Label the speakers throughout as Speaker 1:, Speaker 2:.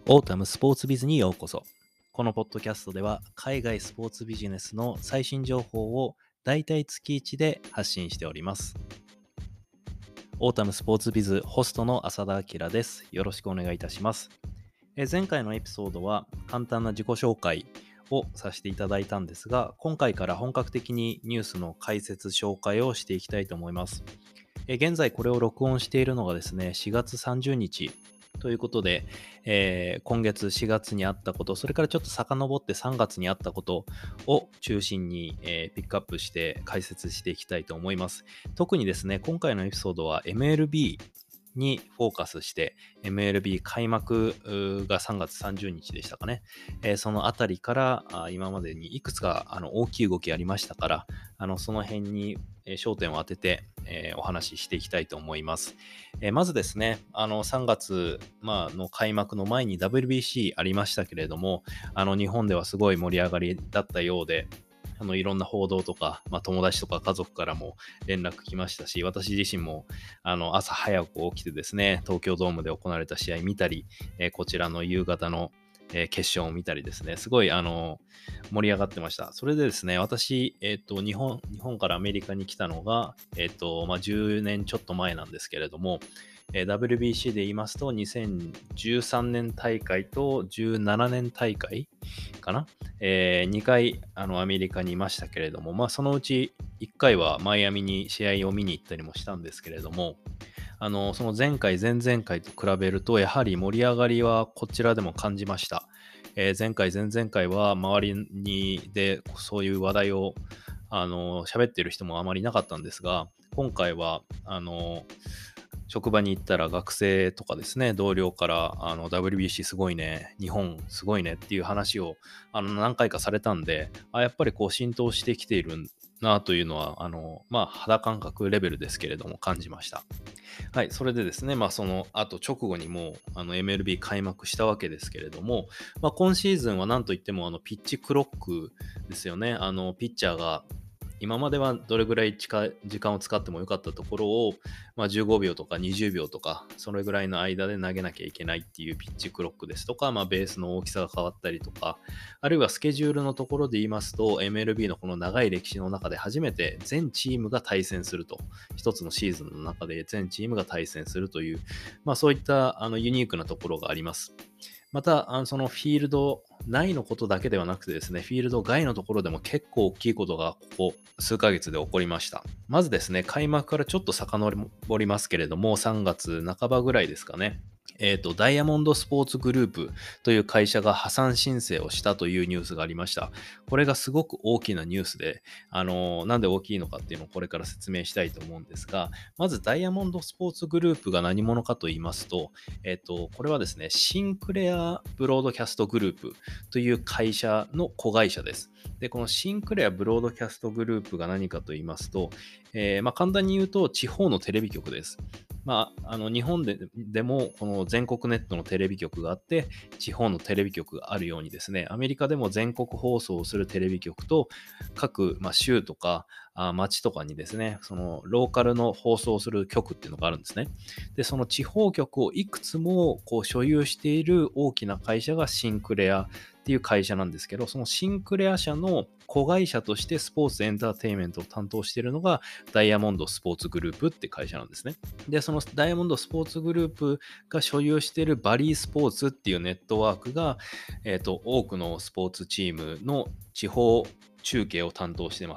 Speaker 1: オータムスポーツビズにようこそ。このポッドキャストでは海外スポーツビジネスの最新情報をだいたい月1で発信しております。オータムスポーツビズホストの浅田明です。よろしくお願いいたします。前回のエピソードは簡単な自己紹介をさせていただいたんですが、今回から本格的にニュースの解説紹介をしていきたいと思います。現在これを録音しているのがですね、4月30日ということで、今月4月にあったこと、それからちょっと遡って3月にあったことを中心に、ピックアップして解説していきたいと思います。特にですね、今回のエピソードは MLB にフォーカスして MLB 開幕が3月30日でしたかね、そのあたりから今までにいくつか大きい動きありましたから、その辺に焦点を当てて、お話ししていきたいと思います。まずですね、3月、の開幕の前に WBC ありましたけれども、日本ではすごい盛り上がりだったようで、いろんな報道とか、友達とか家族からも連絡来ましたし、私自身も朝早く起きてですね、東京ドームで行われた試合見たり、こちらの夕方の決勝を見たりですね、すごい盛り上がってました。それでですね、私、日本からアメリカに来たのが、10年ちょっと前なんですけれども、WBC で言いますと、2013年大会と17年大会かな、2回アメリカにいましたけれども、そのうち1回はマイアミに試合を見に行ったりもしたんですけれども、その前回、前々回と比べると、やはり盛り上がりはこちらでも感じました。前回、前々回は周りにでそういう話題を喋ってる人もあまりいなかったんですが、今回は職場に行ったら学生とかですね、同僚からWBC すごいね、日本すごいねっていう話を何回かされたんで、やっぱりこう浸透してきているなというのは、肌感覚レベルですけれども感じました。はい、それでですね、その後直後にもうMLB 開幕したわけですけれども、今シーズンは何といってもピッチクロックですよね。ピッチャーが今まではどれぐらい時間を使ってもよかったところを、15秒とか20秒とか、それぐらいの間で投げなきゃいけないっていうピッチクロックですとか、ベースの大きさが変わったりとか、あるいはスケジュールのところで言いますと、MLB のこの長い歴史の中で初めて全チームが対戦すると、一つのシーズンの中で全チームが対戦するという、そういったユニークなところがあります。また、そのフィールド内のことだけではなくてですね、フィールド外のところでも結構大きいことがここ数ヶ月で起こりました。まずですね、開幕からちょっと遡りますけれども、3月半ばぐらいですかね。ダイヤモンドスポーツグループという会社が破産申請をしたというニュースがありました。これがすごく大きなニュースで、なんで大きいのかっていうのをこれから説明したいと思うんですが、まずダイヤモンドスポーツグループが何者かと言いますと、これはですね、シンクレアブロードキャストグループという会社の子会社です。で、このシンクレアブロードキャストグループが何かと言いますと、簡単に言うと地方のテレビ局です。日本でもこの全国ネットのテレビ局があって、地方のテレビ局があるようにですね、アメリカでも全国放送をするテレビ局と、各、州とか町とかにですね、そのローカルの放送をする局っていうのがあるんですね。で、その地方局をいくつもこう所有している大きな会社がシンクレアっていう会社なんですけど、そのシンクレア社の子会社としてスポーツエンターテインメントを担当しているのがダイヤモンドスポーツグループって会社なんですね。で、そのダイヤモンドスポーツグループが所有しているバリースポーツっていうネットワークが、多くのスポーツチームの地方中継を担当しています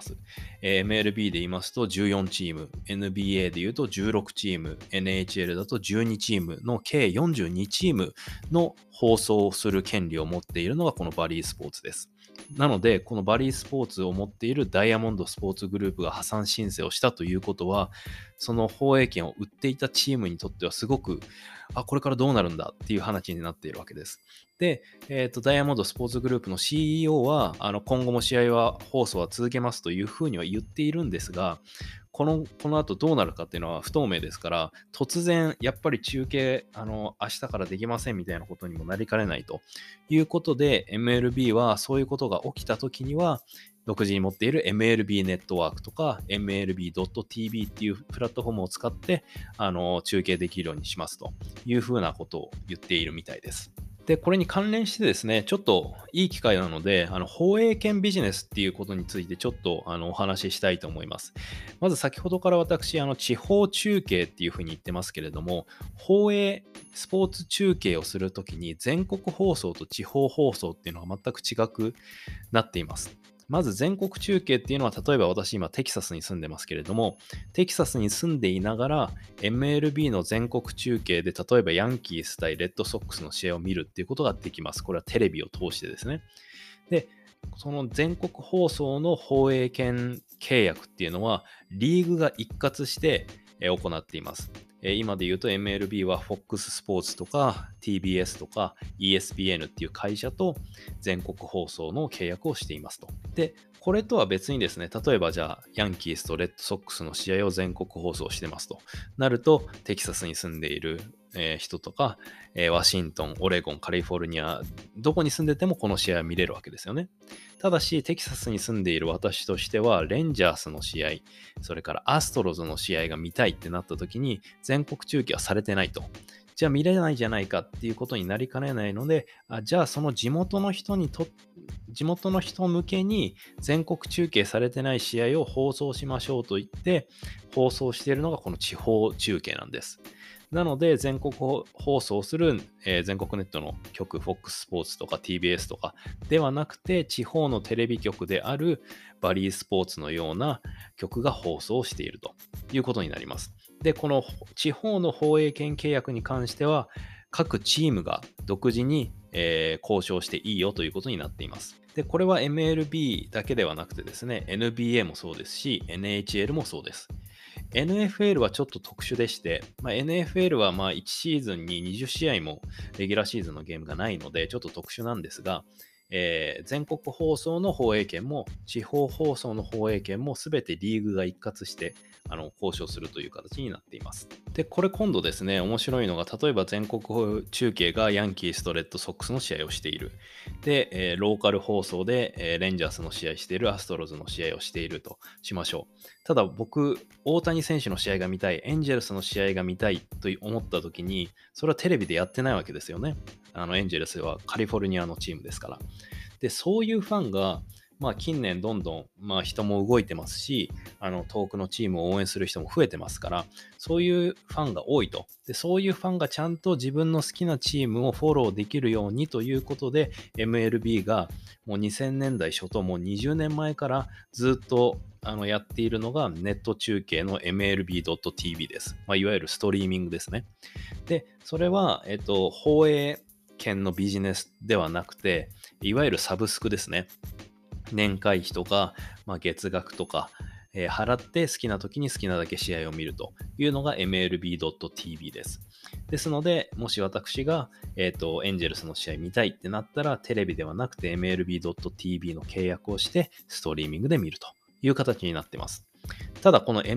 Speaker 1: 。MLB で言いますと14チーム、NBA で言うと16チーム、NHL だと12チームの計42チームの放送をする権利を持っているのがこのバリースポーツです。なので、このバリースポーツを持っているダイヤモンドスポーツグループが破産申請をしたということは、その放映権を売っていたチームにとってはすごく、これからどうなるんだっていう話になっているわけです。で、ダイヤモンドスポーツグループの CEO は、今後も試合は放送は続けますというふうには言っているんですが、この後どうなるかっていうのは不透明ですから、突然、やっぱり中継、明日からできませんみたいなことにもなりかねないということで、MLB はそういうことが起きた時には、独自に持っている MLB ネットワークとか MLB.tv っていうプラットフォームを使って、中継できるようにしますというふうなことを言っているみたいです。 で、これに関連してですね、ちょっといい機会なので、放映権ビジネスっていうことについてちょっとお話ししたいと思います。まず先ほどから私、地方中継っていうふうに言ってますけれども、放映、スポーツ中継をするときに全国放送と地方放送っていうのは全く違くなっています。まず全国中継っていうのは、例えば私今テキサスに住んでますけれども、テキサスに住んでいながら MLB の全国中継で例えばヤンキース対レッドソックスの試合を見るっていうことができます。これはテレビを通してですね。で、その全国放送の放映権契約っていうのはリーグが一括して行っています。今で言うと MLB は FOX スポーツとか TBS とか ESPN っていう会社と全国放送の契約をしていますと。で、これとは別にですね、例えばじゃあヤンキースとレッドソックスの試合を全国放送してますとなると、テキサスに住んでいる人とか、ワシントン、オレゴン、カリフォルニア、どこに住んでてもこの試合は見れるわけですよね。ただし、テキサスに住んでいる私としては、レンジャースの試合、それからアストロズの試合が見たいってなった時に、全国中継はされてないと。じゃあ見れないじゃないかっていうことになりかねないので、じゃあその地元の人向けに全国中継されてない試合を放送しましょうと言って放送しているのがこの地方中継なんです。なので、全国放送する、全国ネットの局、FOX スポーツとか TBS とかではなくて、地方のテレビ局であるバリースポーツのような局が放送しているということになります。で、この地方の放映権契約に関しては、各チームが独自に、交渉していいよということになっています。で、これは MLB だけではなくてですね、NBA もそうですし、NHL もそうです。NFL はちょっと特殊でして、NFL は1シーズンに20試合もレギュラーシーズンのゲームがないので、ちょっと特殊なんですが、全国放送の放映権も地方放送の放映権も全てリーグが一括して交渉するという形になっています。で、これ今度ですね、面白いのが、例えば全国中継がヤンキースとレッドソックスの試合をしている。で、ローカル放送で、レンジャースの試合している、アストロズの試合をしているとしましょう。ただ僕、大谷選手の試合が見たい、エンジェルスの試合が見たいと思った時に、それはテレビでやってないわけですよね。エンジェルスはカリフォルニアのチームですから。で、そういうファンが、近年どんどん、人も動いてますし、遠くのチームを応援する人も増えてますから、そういうファンが多いと。で、そういうファンがちゃんと自分の好きなチームをフォローできるようにということで、MLB がもう2000年代初頭、もう20年前からずっとやっているのがネット中継の MLB.TV です。いわゆるストリーミングですね。で、それは、放映権のビジネスではなくて、いわゆるサブスクですね。年会費とか、月額とか、払って好きな時に好きなだけ試合を見るというのが MLB.TV です。ですので、もし私が、エンジェルスの試合見たいってなったら、テレビではなくて MLB.TV の契約をして、ストリーミングで見るという形になっています。ただ、この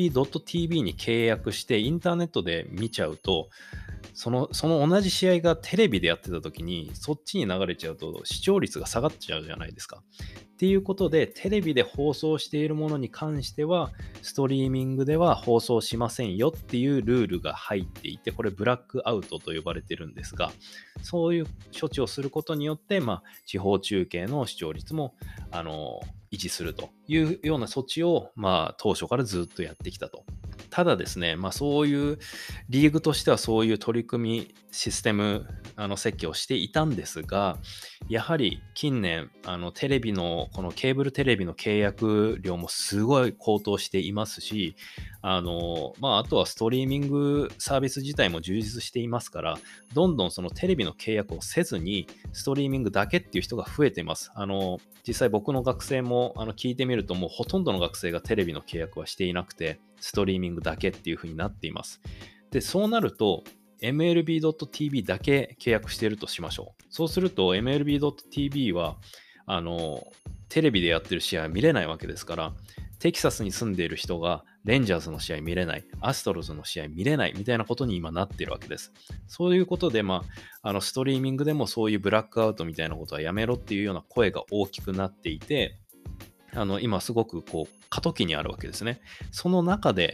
Speaker 1: MLB.TV に契約してインターネットで見ちゃうと、その同じ試合がテレビでやってた時に、そっちに流れちゃうと視聴率が下がっちゃうじゃないですか。っていうことで、テレビで放送しているものに関しては、ストリーミングでは放送しませんよっていうルールが入っていて、これブラックアウトと呼ばれてるんですが、そういう処置をすることによって、地方中継の視聴率も、維持するというような措置を、当初からずっとやってきたと。ただですね、そういうリーグとしてはそういう取り組み、システム、設計をしていたんですが、やはり近年、テレビの、このケーブルテレビの契約料もすごい高騰していますし、あとはストリーミングサービス自体も充実していますから、どんどんそのテレビの契約をせずに、ストリーミングだけっていう人が増えています。実際僕の学生も聞いてみると、もうほとんどの学生がテレビの契約はしていなくて、ストリーミングだけっていう風になっています。で、そうなると、MLB.TV だけ契約しているとしましょう。そうすると MLB.TV はテレビでやってる試合は見れないわけですから、テキサスに住んでいる人がレンジャーズの試合見れない、アストロズの試合見れないみたいなことに今なっているわけです。そういうことで、ストリーミングでもそういうブラックアウトみたいなことはやめろっていうような声が大きくなっていて、今すごく過渡期にあるわけですね。その中で、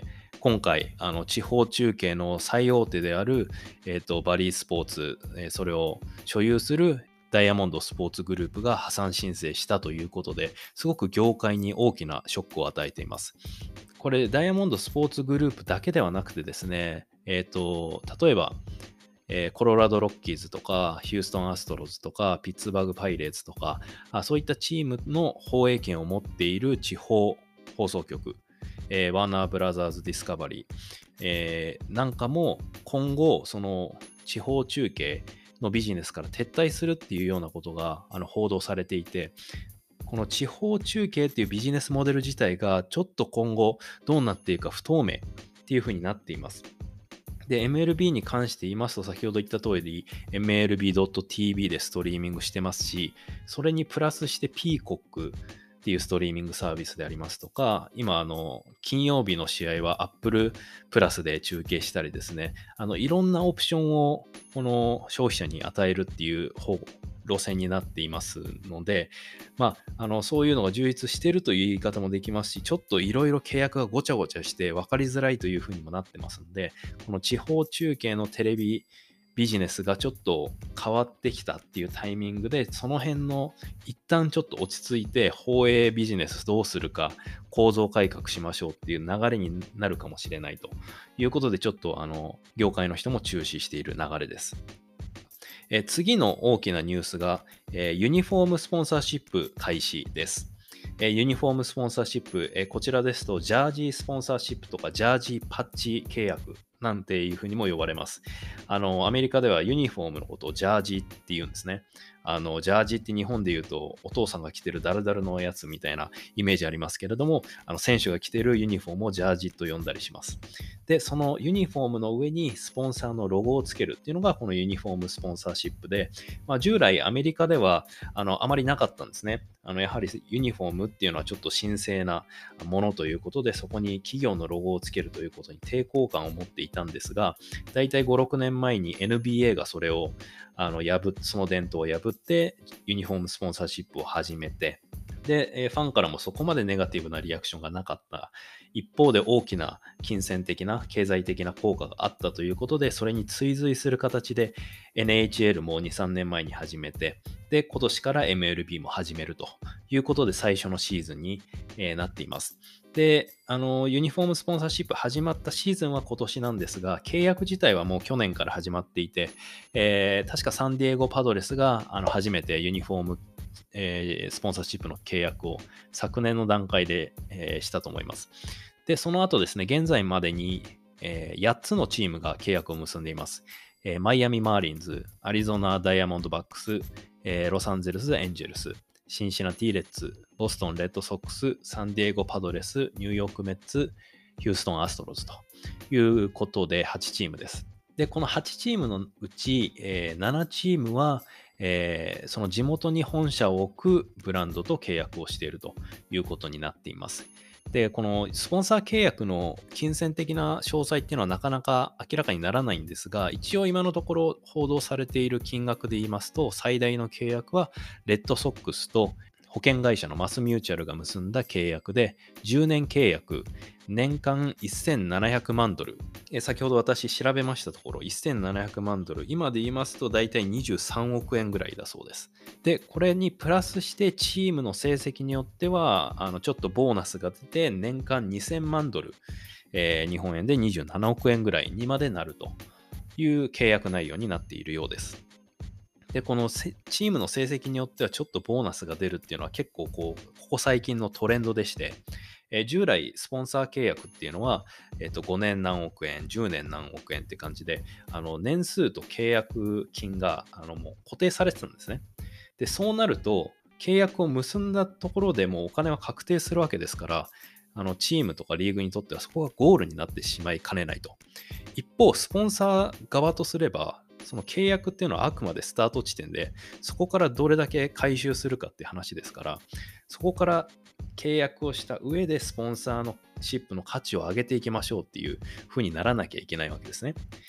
Speaker 1: 今回地方中継の最大手である、バリースポーツ、それを所有するダイヤモンドスポーツグループが破産申請したということで、すごく業界に大きなショックを与えています。これダイヤモンドスポーツグループだけではなくてですね、例えばコロラドロッキーズとかヒューストンアストロズとかピッツバーグパイレーツとかそういったチームの放映権を持っている地方放送局、ワーナーブラザーズディスカバリー、なんかも今後その地方中継のビジネスから撤退するっていうようなことが報道されていて、この地方中継っていうビジネスモデル自体がちょっと今後どうなっていくか不透明っていうふうになっています。で、MLB に関して言いますと、先ほど言った通り、MLB.tv でストリーミングしてますし、それにプラスしてピーコックっていうストリーミングサービスでありますとか、今、金曜日の試合は Apple プラスで中継したりですね、いろんなオプションをこの消費者に与えるっていう路線になっていますので、そういうのが充実しているという言い方もできますし、ちょっといろいろ契約がごちゃごちゃして分かりづらいというふうにもなってますので、この地方中継のテレビビジネスがちょっと変わってきたっていうタイミングで、その辺の一旦ちょっと落ち着いて放映ビジネスどうするか構造改革しましょうっていう流れになるかもしれないということで、ちょっと業界の人も注視している流れです。次の大きなニュースが、ユニフォームスポンサーシップ開始です。ユニフォームスポンサーシップ、こちらですとジャージースポンサーシップとかジャージーパッチ契約なんていうふうにも呼ばれます。アメリカではユニフォームのことをジャージって言うんですね。ジャージって日本で言うとお父さんが着てるダルダルのやつみたいなイメージありますけれども、選手が着てるユニフォームをジャージと呼んだりします。で、そのユニフォームの上にスポンサーのロゴをつけるっていうのがこのユニフォームスポンサーシップで、従来アメリカではあまりなかったんですね。やはりユニフォームっていうのはちょっと神聖なものということで、そこに企業のロゴをつけるということに抵抗感を持っていたんですが、だいたい5、6年前に NBA がそれをその伝統を破ってユニフォームスポンサーシップを始めて、で、ファンからもそこまでネガティブなリアクションがなかった。一方で大きな金銭的な経済的な効果があったということで、それに追随する形で NHL も2、3年前に始めて、で、今年から MLB も始めるということで最初のシーズンに、なっています。で、ユニフォームスポンサーシップ始まったシーズンは今年なんですが、契約自体はもう去年から始まっていて、確かサンディエゴパドレスが初めてユニフォームスポンサーシップの契約を昨年の段階で、したと思います。で、その後ですね、現在までに、8つのチームが契約を結んでいます。マイアミマーリンズ、アリゾナダイヤモンドバックス、ロサンゼルスエンジェルス、シンシナティレッツ、ボストンレッドソックス、サンディエゴパドレス、ニューヨークメッツ、ヒューストンアストロズということで8チームです。で、この8チームのうち、7チームは、その地元に本社を置くブランドと契約をしているということになっています。で、このスポンサー契約の金銭的な詳細っていうのはなかなか明らかにならないんですが、一応今のところ報道されている金額で言いますと、最大の契約はレッドソックスと保険会社のマスミューチャルが結んだ契約で、10年契約、年間1700万ドル。先ほど私調べましたところ、1700万ドル。今で言いますと、だいたい23億円ぐらいだそうです。で、これにプラスしてチームの成績によっては、ちょっとボーナスが出て、年間2000万ドル、日本円で27億円ぐらいにまでなるという契約内容になっているようです。で、このチームの成績によってはちょっとボーナスが出るっていうのは結構ここ最近のトレンドでして、従来スポンサー契約っていうのは、5年何億円、10年何億円って感じで、年数と契約金がもう固定されてたんですね。で、そうなると、契約を結んだところでもうお金は確定するわけですから、チームとかリーグにとってはそこがゴールになってしまいかねないと。一方、スポンサー側とすれば、その契約っていうのはあくまでスタート地点で、そこからどれだけ回収するかって話ですから、そこから契約をした上でスポンサーのシップの価値を上げていきましょうっていう風にならなきゃいけないわけですね。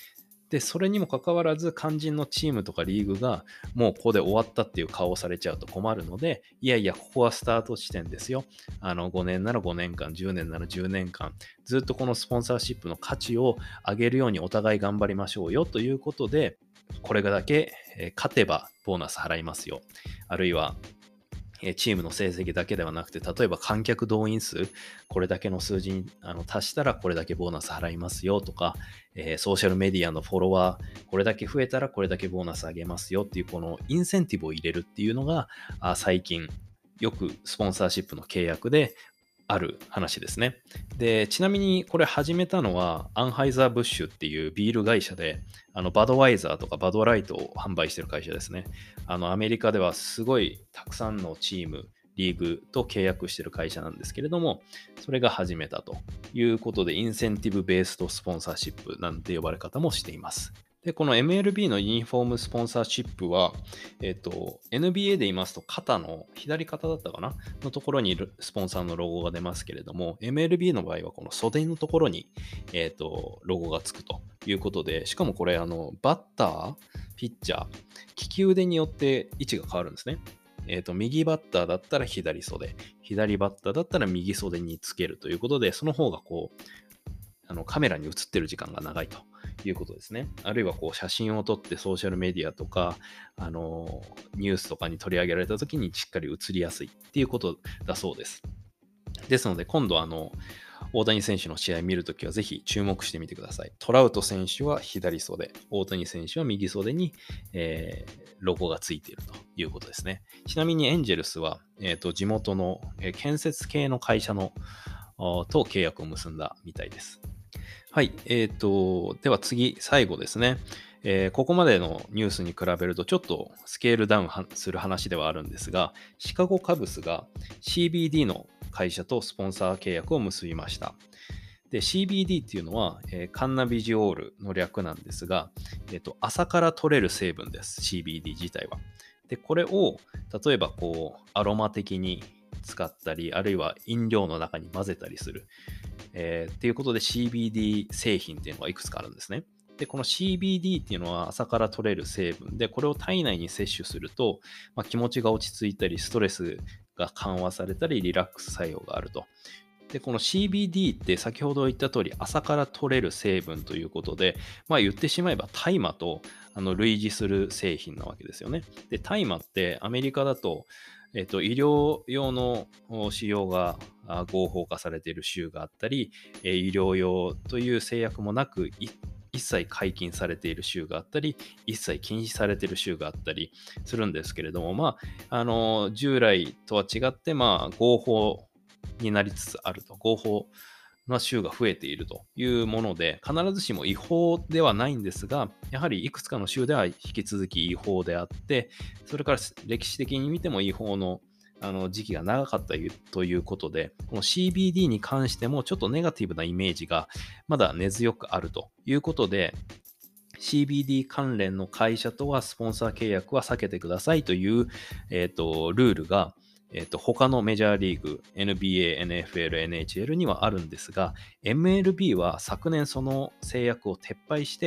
Speaker 1: で、それにもかかわらず、肝心のチームとかリーグが、もうここで終わったっていう顔をされちゃうと困るので、いやいや、ここはスタート地点ですよ。5年なら5年間、10年なら10年間、ずっとこのスポンサーシップの価値を上げるようにお互い頑張りましょうよということで、これだけ勝てばボーナス払いますよ。あるいは、チームの成績だけではなくて、例えば観客動員数、これだけの数字に達したらこれだけボーナス払いますよとか、ソーシャルメディアのフォロワー、これだけ増えたらこれだけボーナスあげますよっていう、このインセンティブを入れるっていうのが、最近よくスポンサーシップの契約である話ですね。で、ちなみにこれ始めたのはアンハイザー・ブッシュっていうビール会社で、バドワイザーとかバドライトを販売してる会社ですね。アメリカではすごいたくさんのチーム、リーグと契約してる会社なんですけれども、それが始めたということで、インセンティブベースとスポンサーシップなんて呼ばれ方もしています。で、この MLB のユニフォームスポンサーシップは、NBA で言いますと肩の左肩だったかなのところにスポンサーのロゴが出ますけれども、MLB の場合はこの袖のところに、ロゴがつくということで、しかもこれバッター、ピッチャー、利き腕によって位置が変わるんですね。右バッターだったら左袖、左バッターだったら右袖につけるということで、その方がこう、カメラに映ってる時間が長いということですね。あるいはこう写真を撮ってソーシャルメディアとか、ニュースとかに取り上げられた時にしっかり映りやすいっていうことだそうです。ですので今度大谷選手の試合見るときはぜひ注目してみてください。トラウト選手は左袖、大谷選手は右袖に、ロゴがついているということですね。ちなみにエンジェルスは、地元の、建設系の会社のと契約を結んだみたいです。はい。では次、最後ですね。ここまでのニュースに比べるとちょっとスケールダウンする話ではあるんですが、シカゴカブスが CBD の会社とスポンサー契約を結びました。で、CBD っていうのは、カンナビジオールの略なんですが、朝から取れる成分です。CBD 自体は。で、これを例えばこうアロマ的に使ったり、あるいは飲料の中に混ぜたりする。っていうことで CBD 製品っていうのがいくつかあるんですね。で、この CBD っていうのは朝から取れる成分で、これを体内に摂取すると、気持ちが落ち着いたり、ストレスが緩和されたり、リラックス作用があると。で、この CBD って先ほど言った通り朝から取れる成分ということで、言ってしまえば大麻と類似する製品なわけですよね。で、大麻ってアメリカだと、医療用の使用が合法化されている州があったり、医療用という制約もなく一切解禁されている州があったり、一切禁止されている州があったりするんですけれども、従来とは違って、合法になりつつあると、合法な州が増えているというもので、必ずしも違法ではないんですが、やはりいくつかの州では引き続き違法であって、それから歴史的に見ても違法の時期が長かったということで、この CBD に関してもちょっとネガティブなイメージがまだ根強くあるということで、CBD 関連の会社とはスポンサー契約は避けてくださいという、ルールが、他のメジャーリーグ、NBA、NFL、NHL にはあるんですが、MLB は昨年その制約を撤廃して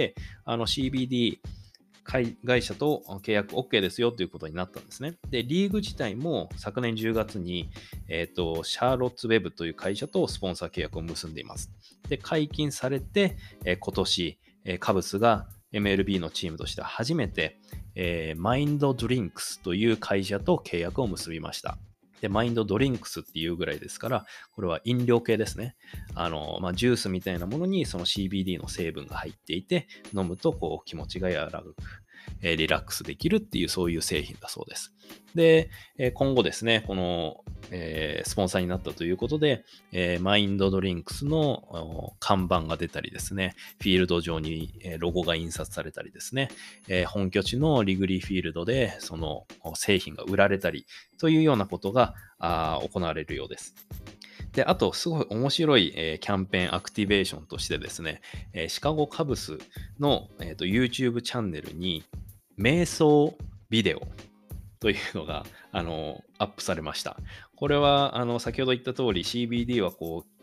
Speaker 1: 、CBD 会社と契約 OK ですよということになったんですね。で、リーグ自体も昨年10月に、シャーロッツウェブという会社とスポンサー契約を結んでいます。で、解禁されて、今年、カブスが MLB のチームとしては初めて、マインドドリンクスという会社と契約を結びました。で、マインドドリンクスっていうぐらいですから、これは飲料系ですね。ジュースみたいなものにその CBD の成分が入っていて、飲むとこう気持ちが和らぐ。リラックスできるっていうそういう製品だそうです。で、今後ですね、この、スポンサーになったということで、マインドドリンクスの看板が出たりですね、フィールド上にロゴが印刷されたりですね、本拠地のリグリーフィールドでその製品が売られたりというようなことが行われるようです。で、あと、すごい面白い、キャンペーンアクティベーションとしてですね、シカゴカブスの、YouTube チャンネルに、瞑想ビデオというのが、アップされました。これは、先ほど言った通り CBD はこう、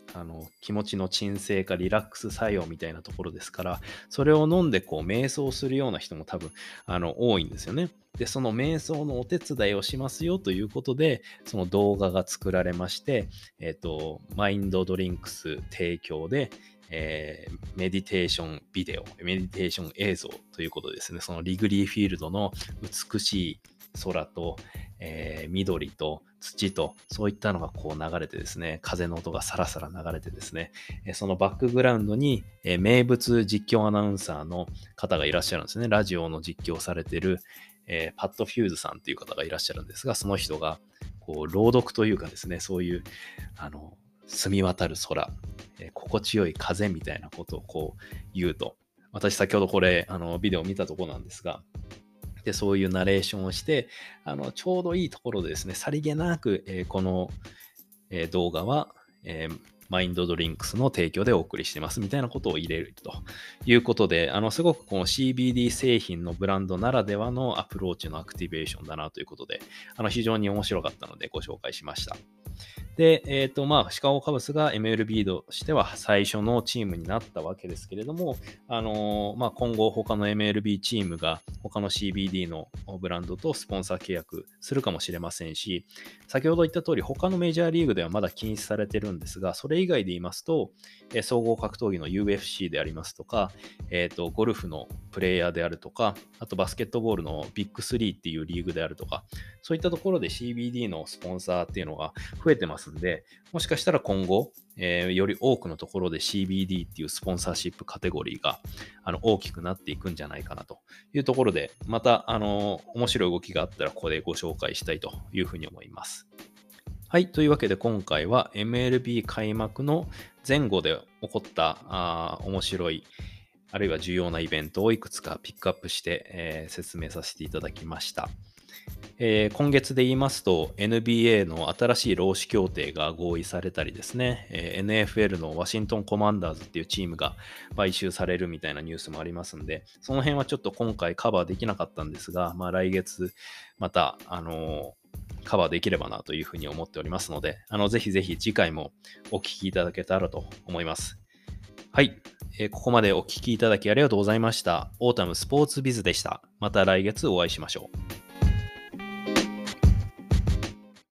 Speaker 1: 気持ちの鎮静化、リラックス作用みたいなところですから、それを飲んで瞑想するような人も多分多いんですよね。で、その瞑想のお手伝いをしますよということで、その動画が作られまして、マインドドリンクス提供で、メディテーションビデオ、メディテーション映像ということですね。そのリグリーフィールドの美しい空と、緑と土とそういったのが流れてですね、風の音がサラサラ流れてですね、そのバックグラウンドに、名物実況アナウンサーの方がいらっしゃるんですね。ラジオの実況をされている、パッド・フューズさんという方がいらっしゃるんですが、その人が朗読というかですね、そういう澄み渡る空、心地よい風みたいなことを言うと、私先ほどこれビデオを見たところなんですが、でそういうナレーションをして、ちょうどいいところでですね、さりげなく、この、動画は、マインドドリンクスの提供でお送りしてますみたいなことを入れるということで、すごくこの CBD 製品のブランドならではのアプローチのアクティベーションだなということで、非常に面白かったのでご紹介しました。で、シカゴカブスが MLB としては最初のチームになったわけですけれども、今後他の MLB チームが他の CBD のブランドとスポンサー契約するかもしれませんし、先ほど言った通り他のメジャーリーグではまだ禁止されてるんですが、それ以外で言いますと、総合格闘技の UFC でありますとか、ゴルフのプレイヤーであるとか、あとバスケットボールのビッグ3っていうリーグであるとか、そういったところで CBD のスポンサーっていうのが増えてますんで、もしかしたら今後、より多くのところで CBD っていうスポンサーシップカテゴリーが大きくなっていくんじゃないかなというところで、また面白い動きがあったらここでご紹介したいというふうに思います。はい。というわけで今回は MLB 開幕の前後で起こった面白いあるいは重要なイベントをいくつかピックアップして、説明させていただきました。今月で言いますと NBA の新しい労使協定が合意されたりですね、NFL のワシントンコマンダーズっていうチームが買収されるみたいなニュースもありますんで、その辺はちょっと今回カバーできなかったんですが、来月また、カバーできればなというふうに思っておりますので、ぜひぜひ次回もお聞きいただけたらと思います。はい、ここまでお聞きいただきありがとうございました。オータムスポーツビズでした。また来月お会いしましょう。